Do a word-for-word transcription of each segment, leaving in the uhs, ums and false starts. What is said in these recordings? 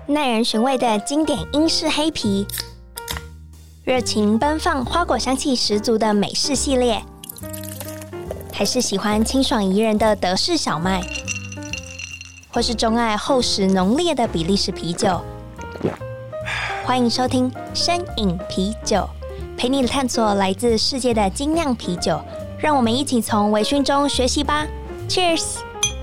耐人寻味的经典英式黑啤，热情奔放、花果香气十足的美式系列，还是喜欢清爽宜人的德式小麦，或是钟爱厚实浓烈的比利时啤酒。欢迎收听深饮啤酒，陪你探索来自世界的精酿啤酒，让我们一起从微醺中学习吧。Cheers！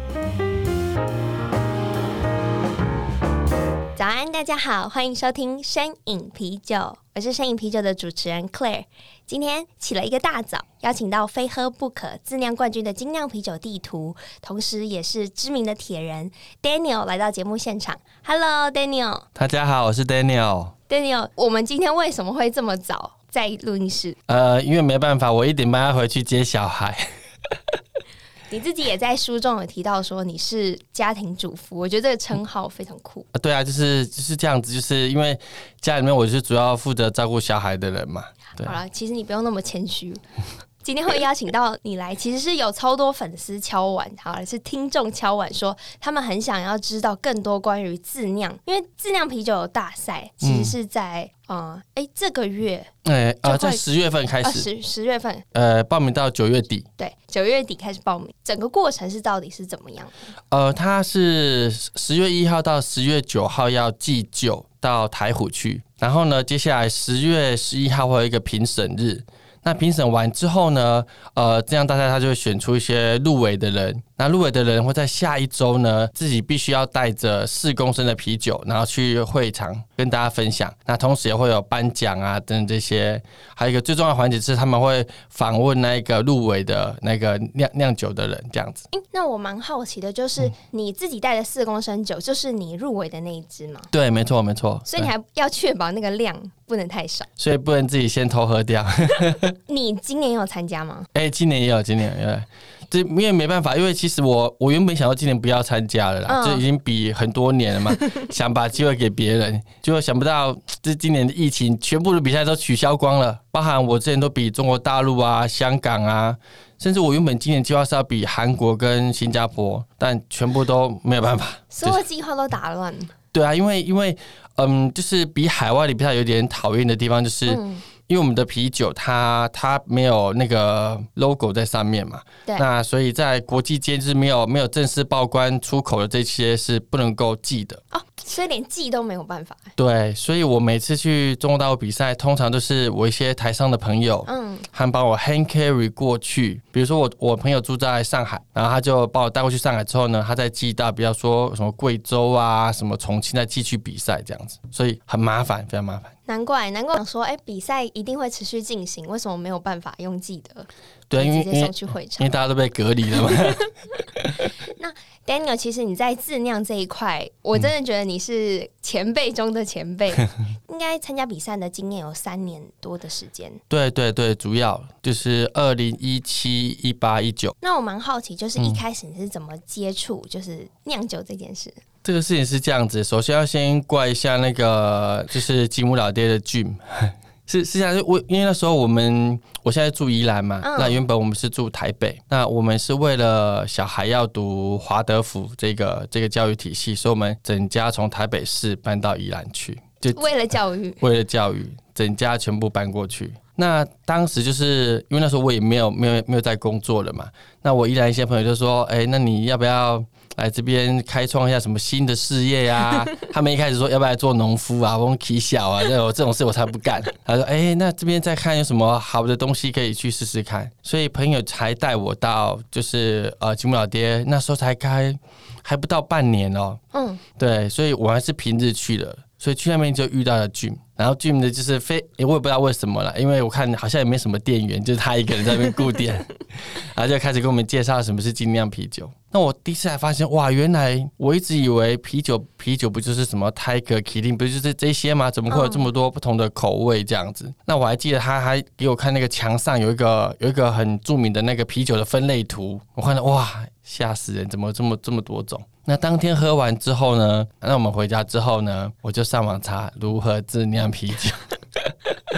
早安，大家好，欢迎收听深饮啤酒，我是深饮啤酒的主持人 Claire。今天起了一个大早，邀请到非喝不可自酿冠军的精酿啤酒地图，同时也是知名的铁人 Daniel 来到节目现场。Hello Daniel。 大家好，我是 Daniel。 Daniel， 我们今天为什么会这么早在录音室？ 呃，因为没办法，我一点半要回去接小孩。 你自己也在书中有提到说你是家庭主妇，我觉得这个称号非常酷。 啊对啊，就是就是这样子，就是因为家里面我是主要负责照顾小孩的人嘛。对， 好了，其实你不用那么谦虚。今天会邀请到你来，其实是有超多粉丝敲碗，好了，是听众敲碗说他们很想要知道更多关于自酿，因为自酿啤酒有大赛其实是在呃，哎，这个月， 哎呃，在十月份开始， 十十月份， 呃，报名到九月底， 对，九月底开始报名，整个过程是到底是怎么样？ 呃，它是十月一号到十月九号要祭酒到台湖去，然后呢，接下来十月十一号会有一个评审日。那评审完之后呢，呃，这样大家他就会选出一些入围的人。那入围的人会在下一周呢，自己必须要带着四公升的啤酒，然后去会场跟大家分享。那同时也会有颁奖啊等等这些，还有一个最重要的环节是他们会访问那个入围的那个酿酿酒的人，这样子。 欸、那我蛮好奇的，就是你自己带的四公升酒，就是你入围的那一支吗？ 对，没错，没错。 所以你还要确保那个量不能太少， 所以不能自己先偷喝掉。 你今年有参加吗？ 哎、欸，今年也有，今年也有。这因为没办法，因为其实我我原本想要今年不要参加了啦，就、嗯、已经比很多年了嘛，想把机会给别人，结果想不到这今年的疫情，全部的比赛都取消光了，包含我之前都比中国大陆啊、香港啊，甚至我原本今年计划是要比韩国跟新加坡，但全部都没有办法， 所有计划都打乱。 对啊，因为因为嗯，就是比海外的比赛有点讨厌的地方就是。嗯，因为我们的啤酒它它没有那个 logo 在上面嘛，那所以在国际间是没有没有正式报关出口的这些是不能够寄的哦，所以连寄都没有办法。 对，所以我每次去中国大陆比赛，通常都是我一些台商的朋友，嗯，他们帮我 hand carry 过去。比如说我我朋友住在上海，然后他就把我带过去上海之后呢，他再寄到比方说什么贵州啊、什么重庆再寄去比赛这样子，所以很麻烦，非常麻烦。 难怪，难怪想说，哎、欸，比赛一定会持续进行，为什么没有办法用寄的？ 对，因为直接送去会场， 因为大家都被隔离了嘛。 那 Daniel， 其实你在自酿这一块，我真的觉得你是前辈中的前辈，应该参加比赛的经验有三年多的时间。 对对对，主要就是二零一七、一八、一九。 那我蛮好奇，就是一开始你是怎么接触就是酿酒这件事？ 这个事情是这样子，首先要先怪一下那个就是吉姆老爹的 Jim， 是是这样，我因为那时候我们我现在住宜兰嘛、嗯，那原本我们是住台北，那我们是为了小孩要读华德福这个这个教育体系，所以我们整家从台北市搬到宜兰去， 就为了教育， 为了教育，整家全部搬过去。那当时就是因为那时候我也没有没有没有在工作了嘛，那我宜兰一些朋友就说，哎、欸，那你要不要来这边开创一下什么新的事业啊？他们一开始说要不要来做农夫啊，我们起小啊，这种事我才不干。他说：“哎、欸，那这边再看有什么好的东西可以去试试看。”所以朋友才带我到，就是呃吉姆老爹那时候才开还不到半年哦。嗯，对，所以我还是平日去的，所以去那边就遇到了 Jim。然后 Jim 的就是非、欸，我也不知道为什么啦，因为我看好像也没什么店员，就是他一个人在那边顾店，然后就开始跟我们介绍什么是精酿啤酒。那我第一次才发现，哇，原来我一直以为啤酒啤酒不就是什么 Tiger、麒麟，不就是这些吗？怎么会有这么多不同的口味这样子？嗯、那我还记得他还给我看那个墙上有一个有一个很著名的那个啤酒的分类图，我看到哇，吓死人，怎么这么这么多种？那当天喝完之后呢，那我们回家之后呢，我就上网查如何自酿啤酒。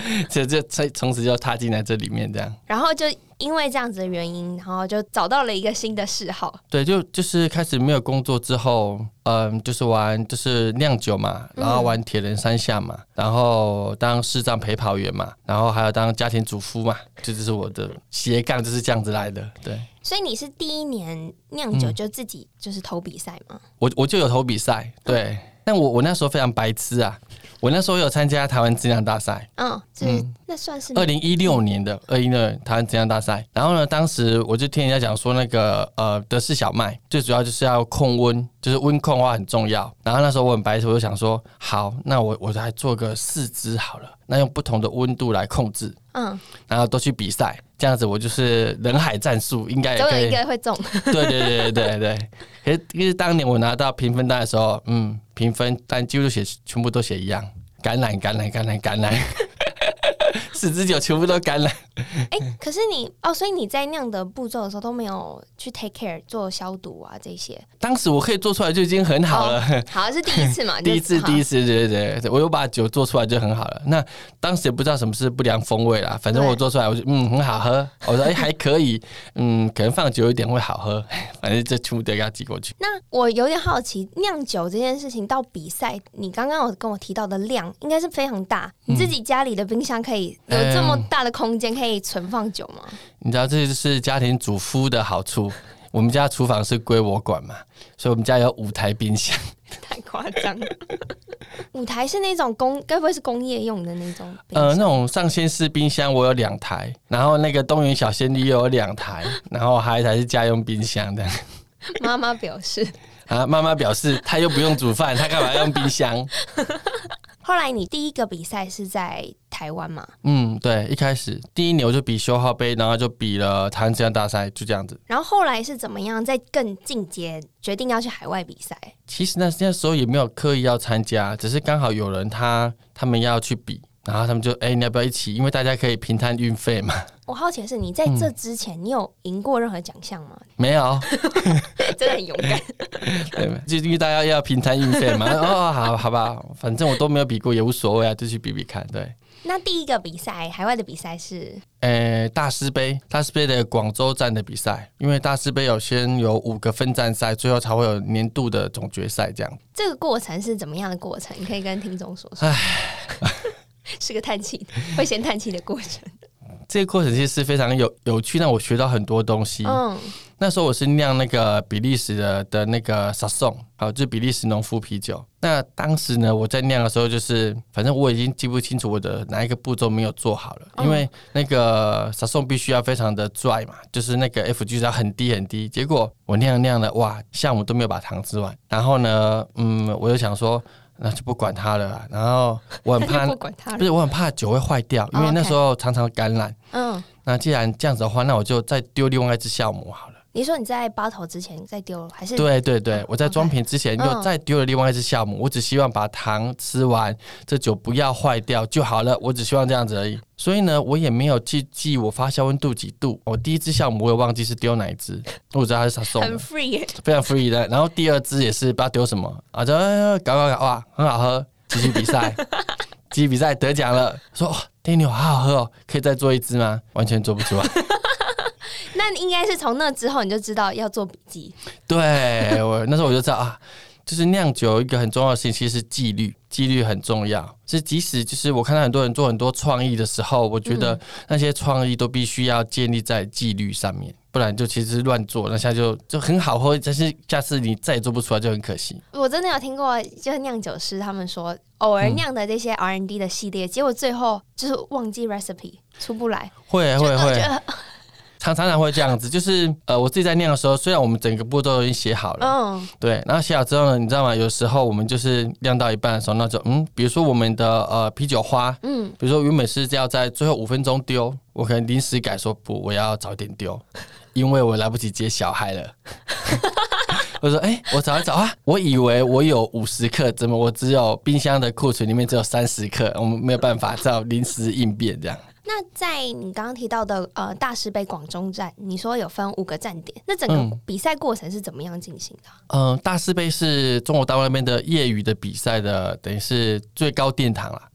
就就从此就踏进来这里面这样。 然后就因为这样子的原因，然后就找到了一个新的嗜好。 对，就就是开始没有工作之后，嗯，就是玩就是酿酒嘛，然后玩铁人三项嘛，然后当视障陪跑员嘛，然后还有当家庭主妇嘛，就这是我的斜杠，就是这样子来的。对， 所以你是第一年酿酒就自己就是投比赛吗？ 嗯、我我就有投比赛，对。嗯，但我我那时候非常白痴啊！我那时候有参加台湾质量大赛， 嗯，就是那算是二零一六年的二一六台湾质量大赛。然后呢，当时我就听人家讲说，那个呃德式小麦最主要就是要控温，就是温控的话很重要。然后那时候我很白痴，我就想说，好，那我我来做个四支好了，那用不同的温度来控制，嗯，然后都去比赛，这样子我就是人海战术，应该也可以， 总有一个会中。 对对对对对。可是其实当年我拿到评分单的时候，嗯，评分单几乎都写全部都写一样，橄榄橄榄橄榄橄榄，四支酒全部都橄榄。 哎、欸，可是你哦，所以你在酿的步骤的时候都没有去 take care 做消毒啊这些。 当时我可以做出来就已经很好了。哦、 好，是第一次嘛？ 第一次，第一次，对对对，我有把酒做出来就很好了。那当时也不知道什么是不良风味啦，反正我做出来，我就嗯很好喝。我说哎、欸、还可以，嗯可能放久一点会好喝，反正这全部都给它寄过去。 那我有点好奇，酿酒这件事情到比赛，你刚刚有跟我提到的量应该是非常大，你自己家里的冰箱可以有这么大的空间可以存放酒吗？ 你知道这就是家庭主妇的好处。我们家厨房是归我管嘛，所以我们家有五台冰箱。 太夸张了！五台是那种工，该不会是工业用的那种冰箱？ 呃，那种上鲜式冰箱我有两台，然后那个东元小鲜绿又有两台，然后还有一台是家用冰箱的。 妈妈表示啊，妈妈表示她又不用煮饭，她干嘛用冰箱？ 后来你第一个比赛是在台湾嘛？ 嗯，对，一开始第一年我就比修号杯，然后就比了台湾质量大赛，就这样子。 然后后来是怎么样再更进阶，决定要去海外比赛？ 其实那那时候也没有刻意要参加，只是刚好有人他他们要去比，然后他们就哎、欸，你要不要一起？因为大家可以平摊运费嘛。 我好奇的是，你在这之前，嗯、你有赢过任何奖项吗？ 没有， 真的很勇敢。 对，就因为大家要平摊运费嘛。哦，好好吧，反正我都没有比过，也无所谓啊，就去比比看。对。 那第一个比赛，海外的比赛是， 呃，大师杯，大师杯的广州站的比赛，因为大师杯有先有五个分站赛，最后才会有年度的总决赛这样。 这个过程是怎么样的过程？你可以跟听众说说。是个叹气，会先叹气的过程。 这个过程其实是非常有有趣，让我学到很多东西。嗯，那时候我是酿那个比利时的的那个 Sasson， 好，就是比利时农夫啤酒。那当时呢，我在酿的时候，就是反正我已经记不清楚我的哪一个步骤没有做好了，嗯、因为那个 Sasson 必须要非常的 dry 嘛，就是那个 F G 要很低很低。结果我酿酿了，哇，下午都没有把糖吃完。然后呢，嗯，我就想说。那就不管它了啦，然后我很怕， 不管它了， 不是我很怕酒会坏掉，因为那时候常常感染。嗯，那既然这样子的话，那我就再丢另外一支酵母好了。 你说你在包头之前再丢，还是？ 对对对，我在装瓶之前又再丢了另外一支酵母。我只希望把糖吃完，这酒不要坏掉就好了。我只希望这样子而已。所以呢，我也没有去记我发酵温度几度。我第一支酵母我也忘记是丢哪一支，我知道它是啥送的， 很 free， 非常 free 的。然后第二支也是不知道丢什么啊，就搞搞搞，哇，很好喝。继续比赛，继续比赛得奖了，说哦 ，Daniel 好好喝哦，可以再做一支吗？完全做不出来。 那应该是从那之后你就知道要做笔记。 对，我那时候我就知道啊，就是酿酒一个很重要的事情，其实是纪律，纪律很重要。是即使就是我看到很多人做很多创意的时候，我觉得那些创意都必须要建立在纪律上面。不然就其实乱做，那下就就很好喝，但是下次你再也做不出来就很可惜。 我真的有听过，就是酿酒师他们说，偶尔酿的这些 R and D 的系列，嗯、结果最后就是忘记 recipe 出不来。 会会会，常常常会这样子。就是呃，我自己在酿的时候，虽然我们整个步骤都已经写好了，嗯，对，然后写好之后呢，你知道吗？有时候我们就是酿到一半的时候，那就嗯，比如说我们的呃啤酒花，嗯，比如说原本是要在最后五分钟丢，我可能临时改说不，我要早点丢。因为我来不及接小孩了，我说：“哎、欸，我找一找啊！我以为我有五十克，怎么我只有冰箱的库存里面只有三十克？我们没有办法，只好临时应变这样。” 那在你刚刚提到的呃大师杯广州站，你说有分五个站点，那整个比赛过程是怎么样进行的？ 嗯、呃，大师杯是中国大陆那边的业余的比赛的，等于是最高殿堂啦。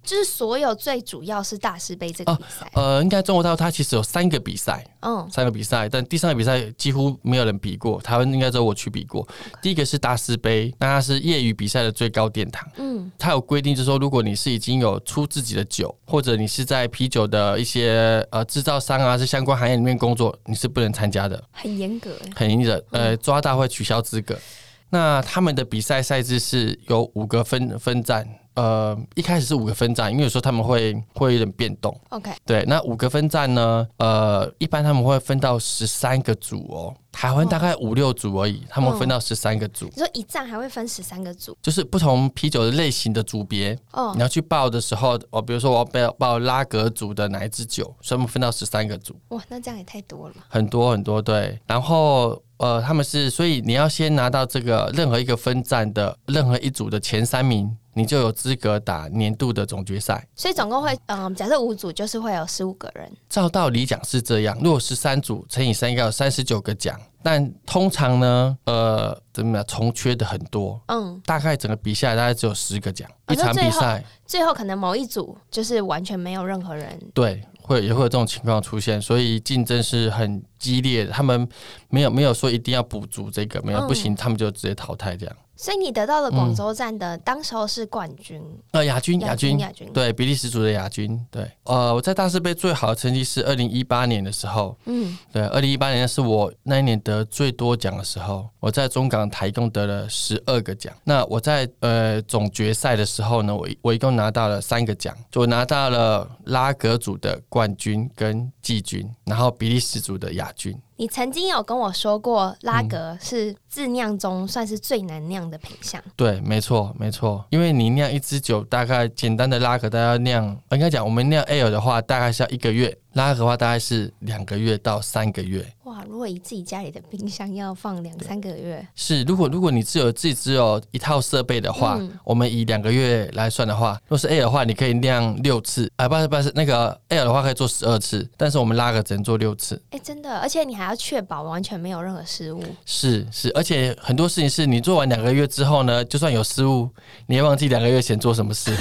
就是所有最主要是大师杯这个比赛、 哦、呃，应该中国大陆它其实有三个比赛，嗯，三个比赛，但第三个比赛几乎没有人比过，台湾应该只有我去比过。第一个是大师杯，那它是业余比赛的最高殿堂，嗯，它有规定，就是说如果你是已经有出自己的酒，或者你是在啤酒的一些呃制造商啊，是相关行业里面工作，你是不能参加的， 很严格， 很严格，呃，抓到会取消资格。那他们的比赛赛制是有五个分分站，呃，一开始是五个分站，因为有时候他们会会有点变动。 OK， 对，那五个分站呢，呃，一般他们会分到十三个组哦。台湾大概五六组而已，他们分到十三个组。 你说一站还会分十三个组， 就是不同啤酒的类型的组别。哦，你要去报的时候，我比如说我要报报拉格组的哪一支酒，所以他们分到十三个组。 哇，那这样也太多了。 很多很多，对。然后呃，他们是，所以你要先拿到这个任何一个分站的任何一组的前三名，你就有资格打年度的总决赛。 所以总共会，嗯，假设五组就是会有十五个人。 照道理讲是这样，如果十三组乘以三，应该有三十九个奖。但通常呢，呃，怎么样，重缺的很多，嗯，大概整个比赛大概只有十个奖，一场比赛最后可能某一组就是完全没有任何人， 对，会也会有这种情况出现，所以竞争是很激烈的。他们没有没有说一定要补足这个，没有、嗯、不行，他们就直接淘汰这样。 所以你得到了广州站的、嗯、当时候是冠军， 呃，亚军，亚军，亚军，对，比利时组的亚军，对，呃，我在大师杯最好的成绩是二零一八年的时候，嗯，对，二零一八年是我那一年得最多奖的时候，我在中港台共得了十二个奖。那我在呃总决赛的时候呢，我我一共拿到了三个奖，就我拿到了拉格组的冠军跟季军，然后比利时组的亚军。 你曾经有跟我说过，拉格是自酿中算是最难酿的品项、嗯。 对，没错，没错。因为你酿一支酒，大概简单的拉格，大概要酿，应该讲我们酿 ale 的话，大概是要一个月。拉格的话大概是两个月到三个月。 哇，如果以自己家里的冰箱要放两三个月， 是如果如果你只有自己只有一套设备的话、嗯，我们以两个月来算的话，如果是 Ale 的话，你可以酿六次，啊不是不是那个 Ale 的话可以做十二次，但是我们拉格只能做六次。 哎、欸，真的，而且你还要确保完全没有任何失误。 是是，而且很多事情是你做完两个月之后呢，就算有失误，你也忘记两个月前做什么事。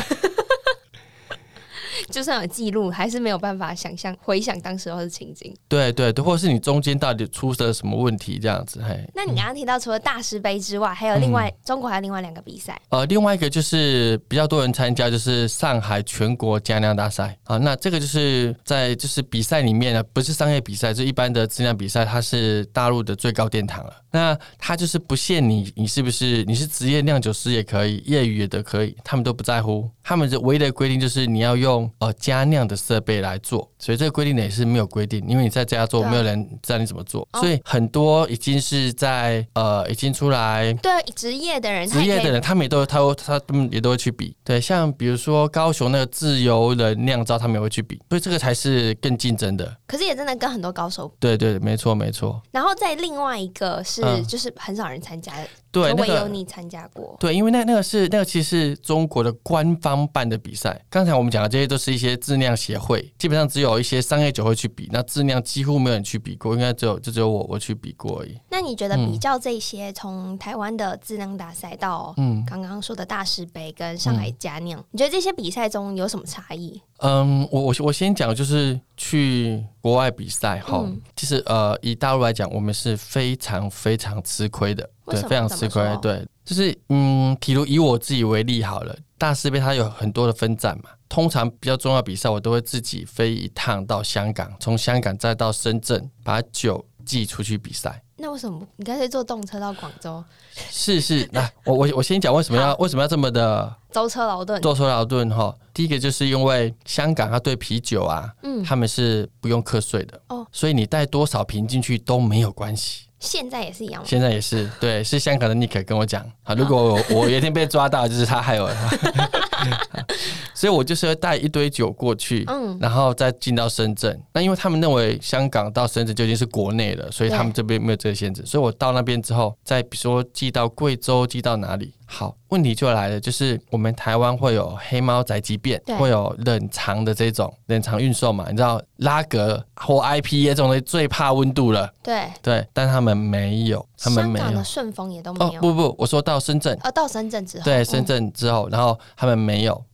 就算有记录，还是没有办法想象回想当时候的情景。 对对对，或者是你中间到底出了什么问题这样子。嘿， 那你刚刚提到除了大师杯之外，还有另外、嗯、中国还有另外两个比赛。 呃，另外一个就是比较多人参加，就是上海全国佳酿大赛啊。那这个就是在就是比赛里面呢，不是商业比赛，就一般的质量比赛，它是大陆的最高殿堂了。那它就是不限你你是不是你是职业酿酒师也可以，业余也都可以，他们都不在乎。他们唯一的规定就是你要用呃佳酿的设备来做，所以这个规定也是没有规定，因为你在家做，没有人知道你怎么做，所以很多已经是在呃已经出来对职业的人， 职业的人他们也都他他他们也都会去比，对，像比如说高雄那个自由人酿造，他们也会去比，所以这个才是更竞争的。 可是也真的跟很多高手比， 对对，没错没错。 然后再另外一个是、嗯、就是很少人参加的。 对， 唯有你参加过。 对，因为那那个是那个其实是中国的官方办的比赛。刚才我们讲的这些都是一些质酿协会，基本上只有一些商业酒会去比，那质酿几乎没有人去比过，应该只有就只有我我去比过而已。 那你觉得比较这些，从、嗯、台湾的质酿大赛到刚刚说的大师杯跟上海佳酿、嗯，你觉得这些比赛中有什么差异？ 嗯，我我我先讲就是去国外比赛哈、嗯，其实呃以大陆来讲，我们是非常非常吃亏的。对，非常吃亏。对，就是嗯，譬如以我自己为例好了，大师杯它有很多的分站嘛，通常比较重要的比赛，我都会自己飞一趟到香港，从香港再到深圳，把酒寄出去比赛。 那为什么你干脆坐动车到广州？ 是是，那我我我先讲为什么要为什么要这么的舟车劳顿？ 舟车劳顿哈，第一个就是因为香港它对啤酒啊，嗯，他们是不用课税的哦，所以你带多少瓶进去都没有关系。 现在也是一样吗？ 现在也是，对，是香港的 Nick 跟我讲啊，如果 我, 我有一天被抓到，就是他害我所以我就是会带一堆酒过去，嗯，然后再进到深圳。那因为他们认为香港到深圳就已经是国内了，所以他们这边没有这个限制。所以我到那边之后，再比如说寄到贵州，寄到哪里？好，问题就来了，就是我们台湾会有黑猫宅急便，会有冷藏的这种冷藏运售嘛？你知道拉格或 I P A 这种东西最怕温度了， 对对，但他们没有，他们没有。 香港的顺丰也都没有。 哦不不，我说到深圳， 哦到深圳之后， 对，深圳之后，嗯、然后他们没有。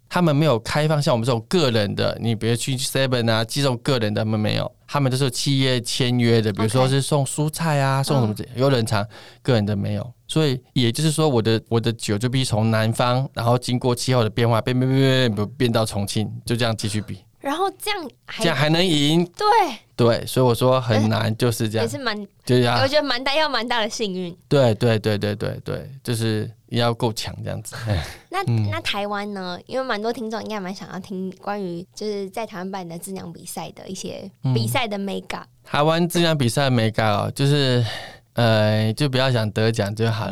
他们没有开放像我们这种个人的，你比如去 seven 啊，这种个人的他们没有，他们都是企业签约的，比如说是送蔬菜啊， okay. 送什么有冷藏，个人的没有。所以也就是说，我的我的酒就必须从南方，然后经过气候的变化，变变变变变到重庆，就这样继续比。 然后这样还这样还能赢？ 对对，所以我说很难，就是这样， 也是蛮， 就是啊， 我觉得蛮大，要蛮大的幸运。 对对对对对对，就是要够强这样子。 那、嗯、那台湾呢？因为蛮多听众应该蛮想要听关于就是在台湾办的质量比赛的一些比赛的 mega、嗯。 台湾质量比赛的 mega 哦，就是呃，就不要想得奖就好了。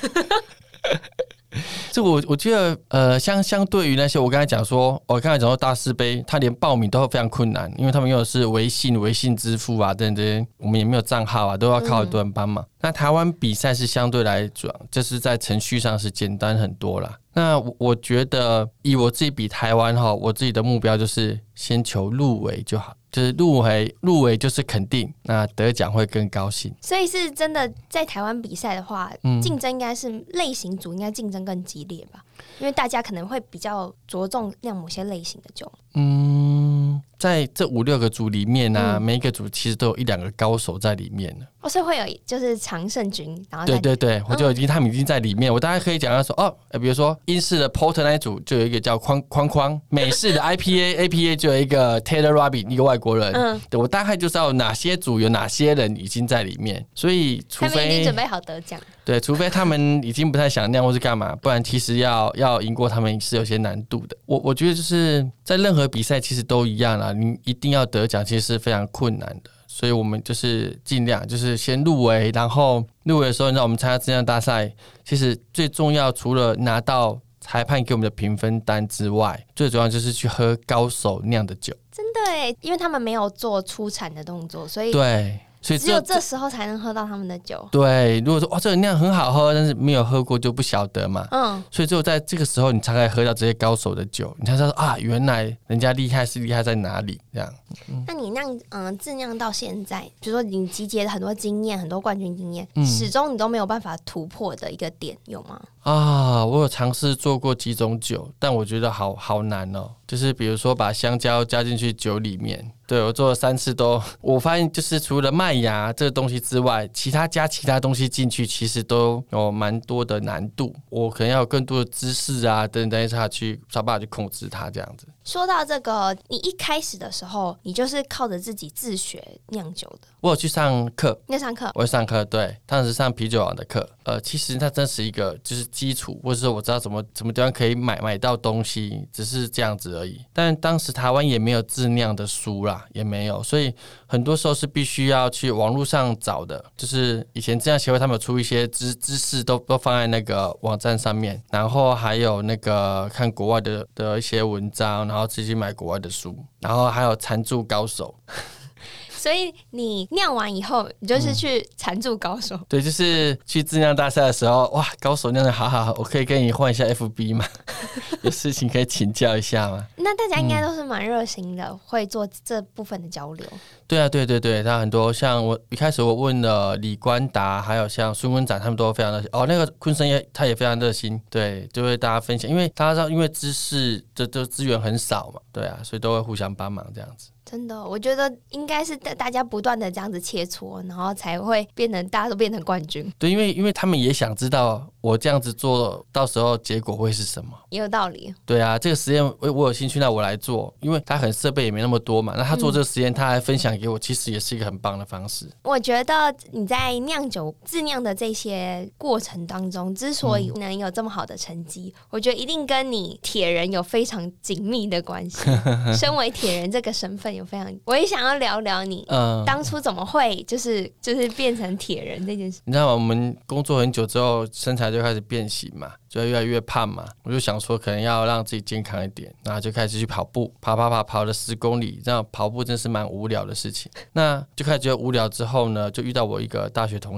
这我我觉得，呃，相相对于那些我刚才讲说，我刚才讲说大师杯，他连报名都非常困难，因为他们用的是微信、微信支付啊等等，我们也没有账号啊，都要靠很多人帮忙。嗯、那台湾比赛是相对来讲，就是在程序上是简单很多啦。那我觉得以我自己比台湾哈，我自己的目标就是先求入围就好。就是入围，入围就是肯定，那得奖会更高兴。 所以是真的，在台湾比赛的话，竞、嗯、争应该是类型组应该竞争更激烈吧？因为大家可能会比较着重酿某些类型的酒。嗯， 在这五六个组里面啊、嗯，每一个组其实都有一两个高手在里面了。 哦，所以会有就是常胜军，然后对对对，我就已经、嗯、他们已经在里面。我大概可以讲到说，哦，比如说英式的 Porter 那一组就有一个叫框框框，美式的 I P A A P A 就有一个 Taylor Robin 一个外国人。嗯，对，我大概就知道哪些组有哪些人已经在里面，所以除非他们已经准备好得奖。 对，除非他们已经不太想酿或是干嘛，不然其实要要赢过他们是有些难度的。我我觉得就是在任何比赛其实都一样啦，你一定要得奖其实是非常困难的，所以我们就是尽量就是先入围，然后入围的时候让我们参加质量大赛，其实最重要除了拿到裁判给我们的评分单之外，最主要就是去喝高手酿的酒。 真的耶，因为他们没有做出产的动作，所以对。所以只有这时候才能喝到他们的酒。 对，如果说哇这个酿很好喝，但是没有喝过就不晓得嘛。嗯，所以只有在这个时候你才可以喝到这些高手的酒，你才知道啊，原来人家厉害是厉害在哪里这样。 嗯、那你酿嗯自酿到现在，比如说你集结了很多经验，很多冠军经验、嗯，始终你都没有办法突破的一个点有吗？ 啊，我有尝试做过几种酒，但我觉得好好难哦。就是比如说把香蕉加进去酒里面，对，我做了三次都，我发现就是除了麦芽这个东西之外，其他加其他东西进去其实都有蛮多的难度，我可能要有更多的知识啊等等下去想办法去控制它这样子。 说到这个，你一开始的时候你就是靠着自己自学酿酒的？ 我有去上课。 你有上课？ 我有上课，对，当时上啤酒网的课。呃，其实它真是一个就是基础，或者说我知道怎么什么地方可以买买到东西，只是这样子而已。但当时台湾也没有自酿的书啦，也没有，所以很多时候是必须要去网络上找的。就是以前自酿协会他们有出一些知知识都都放在那个网站上面，然后还有那个看国外的的一些文章，然后自己买国外的书，然后还有缠住高手。 所以你酿完以后，你就是去缠住高手、嗯。 对，就是去自酿大赛的时候，哇，高手酿的好好好，我可以跟你换一下 F B 吗？有事情可以请教一下吗？ 那大家应该都是蛮热心的、嗯，会做这部分的交流。 对啊，对对对，他很多像我一开始我问了李冠达，还有像孙文展，他们都非常热心。哦，那个昆生也他也非常热心，对，就会大家分享，因为大家知道，因为知识的的资源很少嘛，对啊，所以都会互相帮忙这样子。 真的，我觉得应该是大家不断的这样子切磋，然后才会变成大家都变成冠军。 对，因为因为他们也想知道我这样子做到时候结果会是什么。 也有道理。 对啊，这个实验我有兴趣，那我来做，因为他很设备也没那么多嘛，那他做这个实验、嗯、他还分享给我，其实也是一个很棒的方式。 我觉得你在酿酒自酿的这些过程当中，之所以能有这么好的成绩、嗯、我觉得一定跟你铁人有非常紧密的关系。身为铁人这个身份有非常，我也想要聊聊你当初怎么会就是就是变成铁人这件事。 你知道吗？我们工作很久之后，身材就开始变形嘛，就越来越胖嘛。我就想说，可能要让自己健康一点，然后就开始去跑步，跑跑跑跑了十公里。这样跑步真是蛮无聊的事情。那就开始觉得无聊之后呢，就遇到我一个大学同学，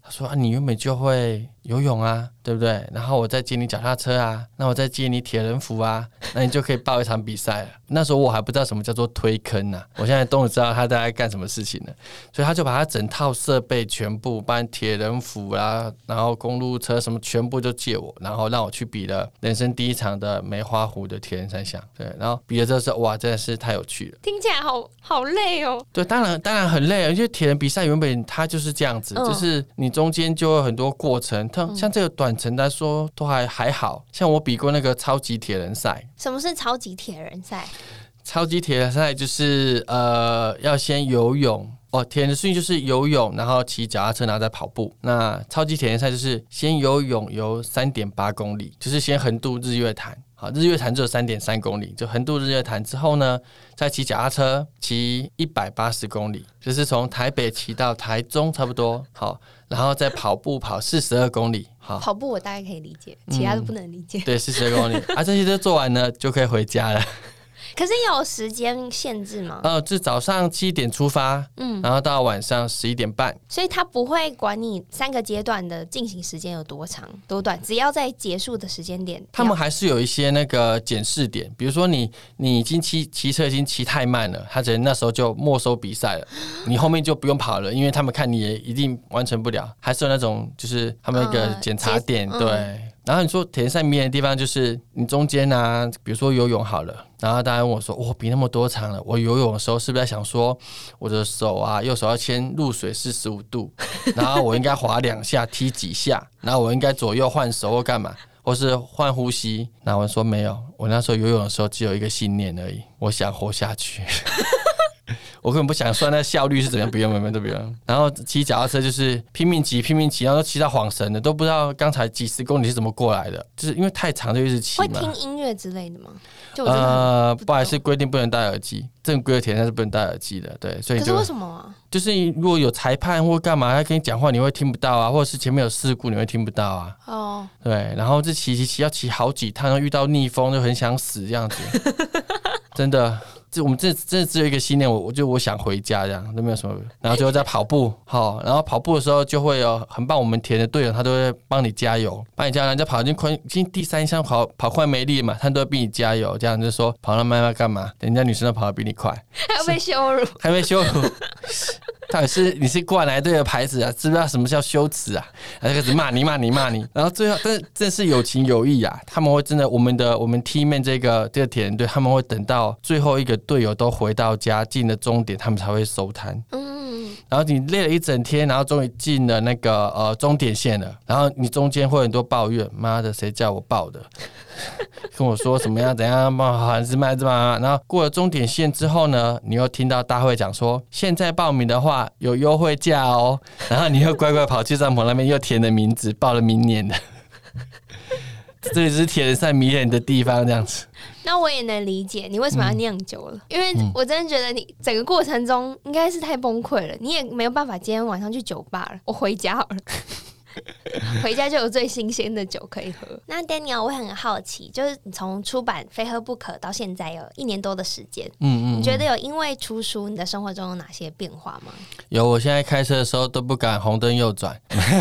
他说啊，你原本就会游泳啊，对不对？然后我再借你脚踏车啊，那我再借你铁人服啊，那你就可以报一场比赛了。那时候我还不知道什么叫做推坑啊，我现在终于知道他大概干什么事情了。所以他就把他整套设备全部，包括铁人服啊，然后公路车什么全部就借我，然后让我去比了人生第一场的梅花湖的铁人三项。对，然后比了之后说哇，真的是太有趣了。 听起来好好累哦。 对，当然当然很累，因为铁人比赛原本它就是这样子，嗯、就是你中间就有很多过程。像这个短程来说都还还好，像我比过那个超级铁人赛。 什么是超级铁人赛？ 超级铁人赛就是呃要先游泳哦，铁人的顺序就是游泳，然后骑脚踏车，然后再跑步。那超级铁人赛就是先游泳游 三点八公里，就是先横渡日月潭。好，日月潭只有 三点三公里，就横渡日月潭之后呢，再骑脚踏车骑一百八十公里，就是从台北骑到台中差不多。好，然后再跑步跑四十二公里。好， 跑步我大概可以理解，其他都不能理解。 嗯、对，四十二公里啊，这些都做完了就可以回家了。 可是有时间限制吗？ 呃，是早上七点出发，嗯，然后到晚上十一点半， 所以他不会管你三个阶段的进行时间有多长多短，只要在结束的时间点， 他们还是有一些那个检视点，比如说你你已经骑骑车已经骑太慢了，他只能那时候就没收比赛了，你后面就不用跑了，因为他们看你也一定完成不了，还是有那种就是他们一个检查点，呃、对。嗯，然后你说铁人赛迷人的地方就是你中间啊，比如说游泳好了，然后大家问我说，我、哦、比那么多场了，我游泳的时候是不是在想说，我的手啊，右手要先入水四十五度，然后我应该滑两下，踢几下，然后我应该左右换手或干嘛，或是换呼吸？然后我说没有，我那时候游泳的时候只有一个信念而已，我想活下去。我根本不想算那效率是怎样，不用不用都不用。然后骑脚踏车就是拼命骑拼命骑，然后骑到晃神了，都不知道刚才几十公里是怎么过来的，就是因为太长就一直骑嘛。 会听音乐之类的吗？就呃，不好意思，规定不能戴耳机，正规的铁人赛是不能戴耳机的，对，所以就可是为什么啊？ 就是如果有裁判或干嘛，他跟你讲话，你会听不到啊，或者是前面有事故，你会听不到啊。哦，对，然后这骑骑骑要骑好几趟，遇到逆风就很想死这样子，真的。我们这真的只有一个信念，我我就我想回家这样，都没有什么。然后最后在跑步，好，然后跑步的时候就会有很棒，我们铁人的队友他都会帮你加油，帮你加油。人家跑已经快，已经第三项跑跑快没力嘛，他都会逼你加油，这样就说跑那么慢干嘛？人家女生都跑得比你快， 还要被羞辱， 还被羞辱。到底是你是灌篮队的牌子啊？知不知道什么叫羞耻啊？然后开始骂你骂你骂你，然后最后，但是真是有情有义啊！他们会真的，我们的我们 team 这个这个铁人队，他们会等到最后一个队友都回到家，进了终点，他们才会收摊。嗯，然后你累了一整天，然后终于进了那个呃终点线了，然后你中间会有很多抱怨，妈的，谁叫我报的？跟我说什么样怎样还是卖这嘛？然后过了终点线之后呢，你又听到大会讲说，现在报名的话有优惠价哦，然后你又乖乖跑去帐篷那边又填了名字，报了明年的。这里是铁人赛迷人的地方，这样子。 那我也能理解你为什么要酿酒了，嗯、因为我真的觉得你整个过程中应该是太崩溃了，你也没有办法今天晚上去酒吧了，我回家好了。回家就有最新鲜的酒可以喝。那 Daniel， 我很好奇，就是你从出版《非喝不可》到现在有一年多的时间，嗯嗯，你觉得有因为出书，你的生活中有哪些变化吗？ 有，我现在开车的时候都不敢红灯右转。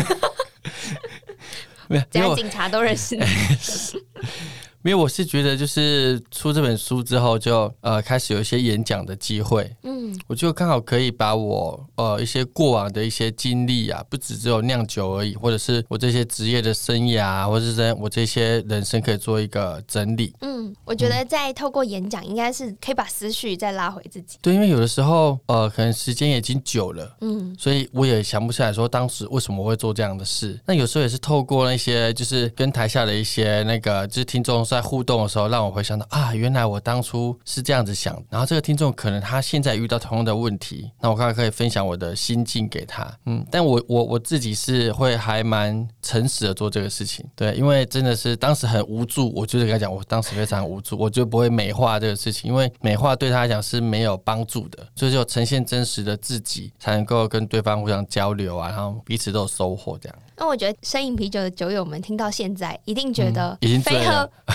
这样警察都认识你。 因为我是觉得，就是出这本书之后就，就呃开始有一些演讲的机会，嗯，我就刚好可以把我呃一些过往的一些经历啊，不只只有酿酒而已，或者是我这些职业的生涯、啊，或者是我这些人生可以做一个整理。 嗯，我觉得在透过演讲，应该是可以把思绪再拉回自己。 对，因为有的时候呃可能时间已经久了，嗯，所以我也想不起来说当时为什么我会做这样的事。那有时候也是透过那些就是跟台下的一些那个就是听众。在互动的时候，让我回想到啊，原来我当初是这样子想。然后这个听众可能他现在遇到同样的问题，那我刚才可以分享我的心境给他。嗯，但我我我自己是会还蛮诚实的做这个事情，对，因为真的是当时很无助，我就是跟他讲，我当时非常无助，我就不会美化这个事情，因为美化对他来讲是没有帮助的，所以就呈现真实的自己，才能够跟对方互相交流啊，然后彼此都有收获这样。 那我觉得深饮啤酒的酒友们听到现在，一定觉得嗯、已经非喝非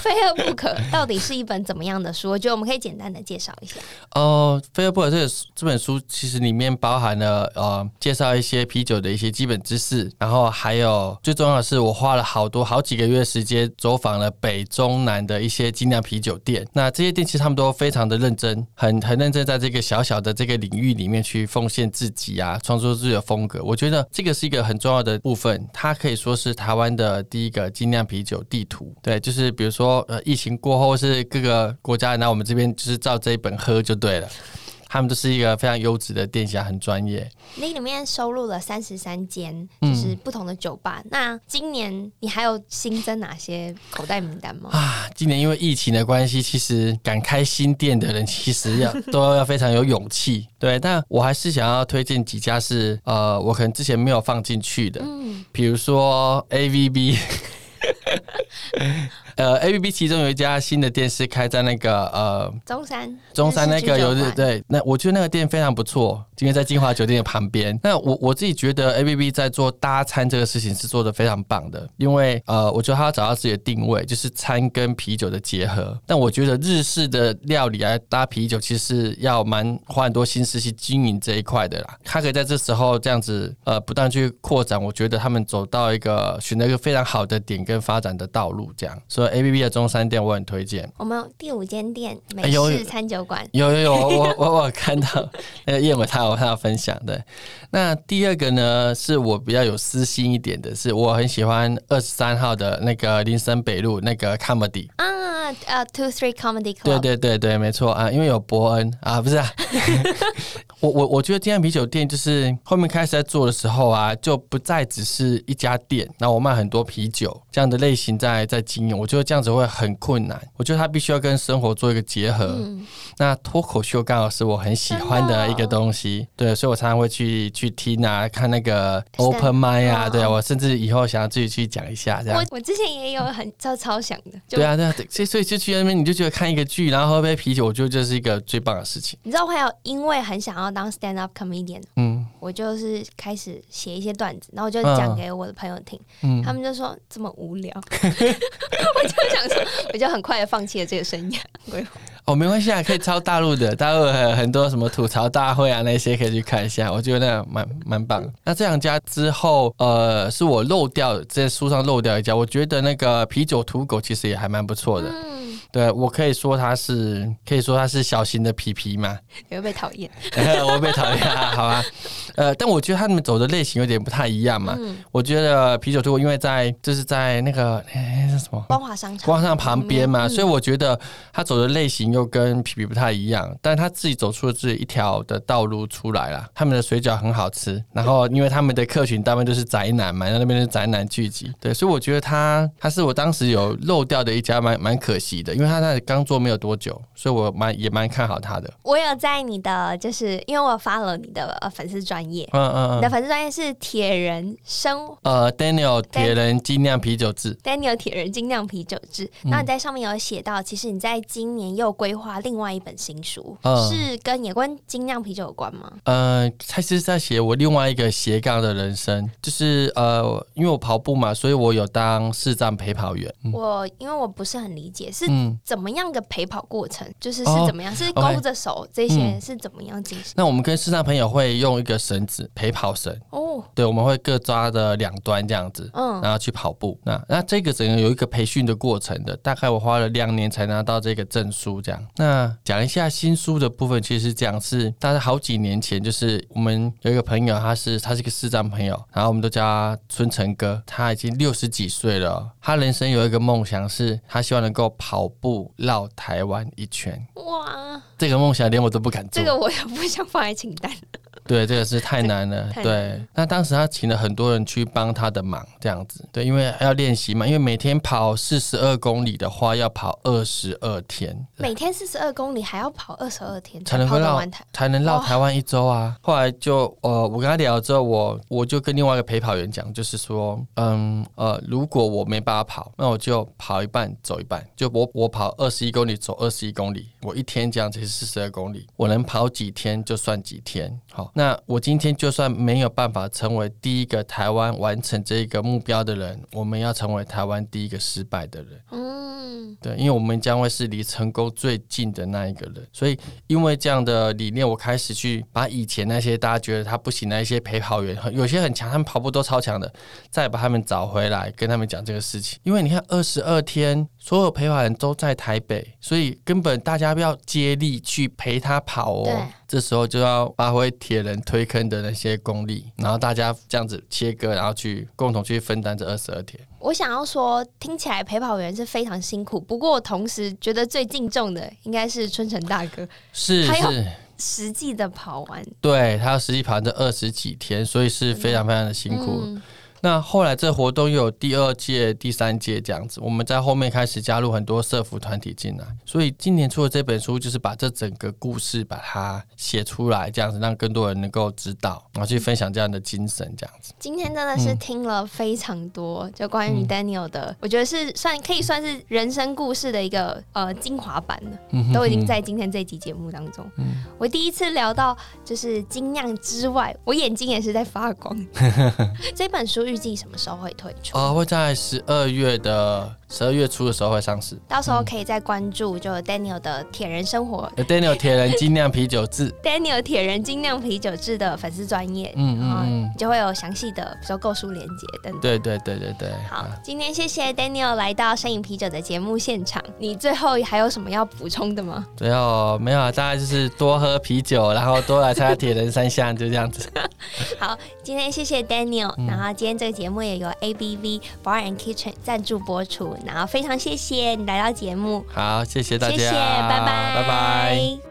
非饿不可到底是一本怎么样的书？我觉得我们可以简单的介绍一下。 哦，非饿不可这个这本书其实里面包含了呃介绍一些啤酒的一些基本知识，然后还有最重要的是，我花了好多好几个月时间走访了北中南的一些精酿啤酒店。那这些店其实他们都非常的认真，很很认真在这个小小的这个领域里面去奉献自己啊，创作自己的风格。我觉得这个是一个很重要的部分，它可以说是台湾的第一个精酿啤酒地图。对，就是比如说呃疫情过后是各个国家，那我们这边就是照这一本喝就对了。他们都是一个非常优质的店家，很专业。 你里面收录了三十三间，就是不同的酒吧。嗯、那今年你还有新增哪些口袋名单吗？ 啊，今年因为疫情的关系，其实敢开新店的人其实要都要非常有勇气。对，但我还是想要推荐几家是呃，我可能之前没有放进去的，嗯，比如说 A V B。呃 ，A V B 其中有一家新的店是开在那个呃中山， 中山那个有对，那我觉得那个店非常不错，因为在金华酒店的旁边。那我我自己觉得 A V B 在做搭餐这个事情是做得非常棒的，因为呃，我觉得他要找到自己的定位，就是餐跟啤酒的结合。但我觉得日式的料理来搭啤酒，其实是要蛮花很多心思去经营这一块的啦。他可以在这时候这样子呃不断去扩展，我觉得他们走到一个选择一个非常好的点跟发展的道路，这样。所以 A V B 的中山店我很推荐。 我们第五间店美式餐酒馆， 有有有，我我我有看到那个燕尾他有他有分享。对，那第二个呢，是我比较有私心一点的，是我很喜欢二十三号的那个林森北路那个 Comedy 啊，呃 Two Three Comedy Club。 对对对对，没错啊，因为有伯恩啊，不是啊。我我我觉得精酿啤酒店就是后面开始在做的时候啊，就不再只是一家店，然后我卖很多啤酒这样的类型在在经营，我觉得这样子会很困难。我觉得它必须要跟生活做一个结合。嗯、那脱口秀刚好是我很喜欢的一个东西，对，所以我常常会去去听啊，看那个 open mic 啊，对啊，我甚至以后想要自己去讲一下这样。 我我之前也有很超超想的， 对啊对啊，所以所以就去那边你就觉得看一个剧，然后喝杯啤酒，我觉得这是一个最棒的事情。 你知道我还有因为很想要当 stand up comedian， 嗯，我就是开始写一些段子，然后我就讲给我的朋友听，嗯、他们就说这么无聊，我就想说，我就很快的放弃了这个生涯。 哦，没关系啊，可以抄大陆的，大陆有很多什么吐槽大会啊那些可以去看一下，我觉得那蛮蛮棒的。那这两家之后，呃，是我漏掉在书上漏掉一家，我觉得那个啤酒土狗其实也还蛮不错的。嗯，对我可以说它是，可以说它是小型的皮皮嘛。 你会被讨厌， 我会被讨厌，好吧？呃，但我觉得他们走的类型有点不太一样嘛。嗯、我觉得啤酒土狗因为在就是在那个哎是什么光华商场， 光华商场旁边嘛，嗯、所以我觉得他走的类型又跟皮皮不太一样，但他自己走出了自己一条的道路出来啦。他们的水饺很好吃，然后因为他们的客群大部分就是宅男嘛，那边是宅男聚集，对，所以我觉得他他是我当时有漏掉的一家，蛮蛮可惜的，因为他那刚做没有多久，所以我蛮也蛮看好他的。 我有在你的，就是因为我发了你的呃粉丝专页，嗯嗯嗯，你的粉丝专页是铁人生呃 Daniel 铁人精酿啤酒制 ，Daniel 铁人精酿啤酒制，那、嗯、你在上面有写到，其实你在今年又规划另外一本新书，嗯、是跟也跟精酿啤酒有关吗？ 呃，他是在写我另外一个斜杠的人生，就是呃，因为我跑步嘛，所以我有当视障陪跑员。 嗯、我因为我不是很理解是怎么样的陪跑过程，嗯、就是是怎么样，哦、是勾着手、okay, 这些是怎么样进行？ 那我们跟视障朋友会用一个绳子陪跑绳哦，对，我们会各抓的两端这样子，嗯，然后去跑步。那那这个整个有一个培训的过程的，大概我花了两年才拿到这个证书这样。那讲一下新书的部分，其实是这样，是大概好几年前，就是我们有一个朋友，他是他是一个视障朋友，然后我们都叫他春成哥，他已经六十几岁了，他人生有一个梦想，是他希望能够跑步绕台湾一圈。哇，这个梦想连我都不敢做， 这个我也不想放在清单。 对，这个是太难了。 太难了对，那当时他请了很多人去帮他的忙，这样子。对，因为要练习嘛，因为每天跑四十二公里的话，要跑二十二天。 每天四十二公里还要跑二十二天， 才能绕完台， 才能绕台湾一周啊。后来就呃，我跟他聊了之后，我我就跟另外一个陪跑员讲，就是说，嗯呃，如果我没办法跑，那我就跑一半走一半，就我我跑二十一公里，走二十一公里，我一天这样子是四十二公里，我能跑几天就算几天。好，那我今天就算没有办法成为第一个台湾完成这个目标的人，我们要成为台湾第一个失败的人。嗯， 对，因为我们将会是离成功最近的那一个人，所以因为这样的理念，我开始去把以前那些大家觉得他不行的一些陪跑员，有些很强，他们跑步都超强的，再把他们找回来，跟他们讲这个事情。因为你看二十二天，所有陪跑人都在台北，所以根本大家要接力去陪他跑哦。这时候就要发挥铁人推坑的那些功力，然后大家这样子切割，然后去共同去分担这二十二天。 我想要说，听起来陪跑员是非常辛苦，不过我同时觉得最敬重的应该是春成大哥， 是是实际的跑完， 对，他要实际跑这二十几天，所以是非常非常的辛苦。嗯，那后来这活动又有第二届、第三届这样子，我们在后面开始加入很多社福团体进来，所以今年出的这本书就是把这整个故事把它写出来，这样子让更多人能够知道，然后去分享这样的精神，这样子。 今天真的是听了非常多，嗯、就关于 Daniel 的，嗯、我觉得是算可以算是人生故事的一个呃精华版了，嗯、都已经在今天这集节目当中。嗯、我第一次聊到就是精酿之外，我眼睛也是在发光。这本书预计什么时候会推出？ 呃，会在十二月的十二月初的时候会上市， 到时候可以再关注就 Daniel 的铁人生活、 嗯、，Daniel 铁人精酿啤酒制 ，Daniel 铁人精酿啤酒制的粉丝专页，嗯嗯嗯，就会有详细的，比如说购书连结等等。 对对对对对。 好，今天谢谢 Daniel 来到摄影啤酒的节目现场，你最后还有什么要补充的吗？ 最后没有，大概就是多喝啤酒，然后多来参加铁人三项，就这样子。 好，今天谢谢 Daniel，、嗯、然后今天这个节目也由 A B V Bar and Kitchen 赞助播出，然后非常谢谢你来到节目。 好，谢谢大家， 谢谢，拜拜， 拜拜。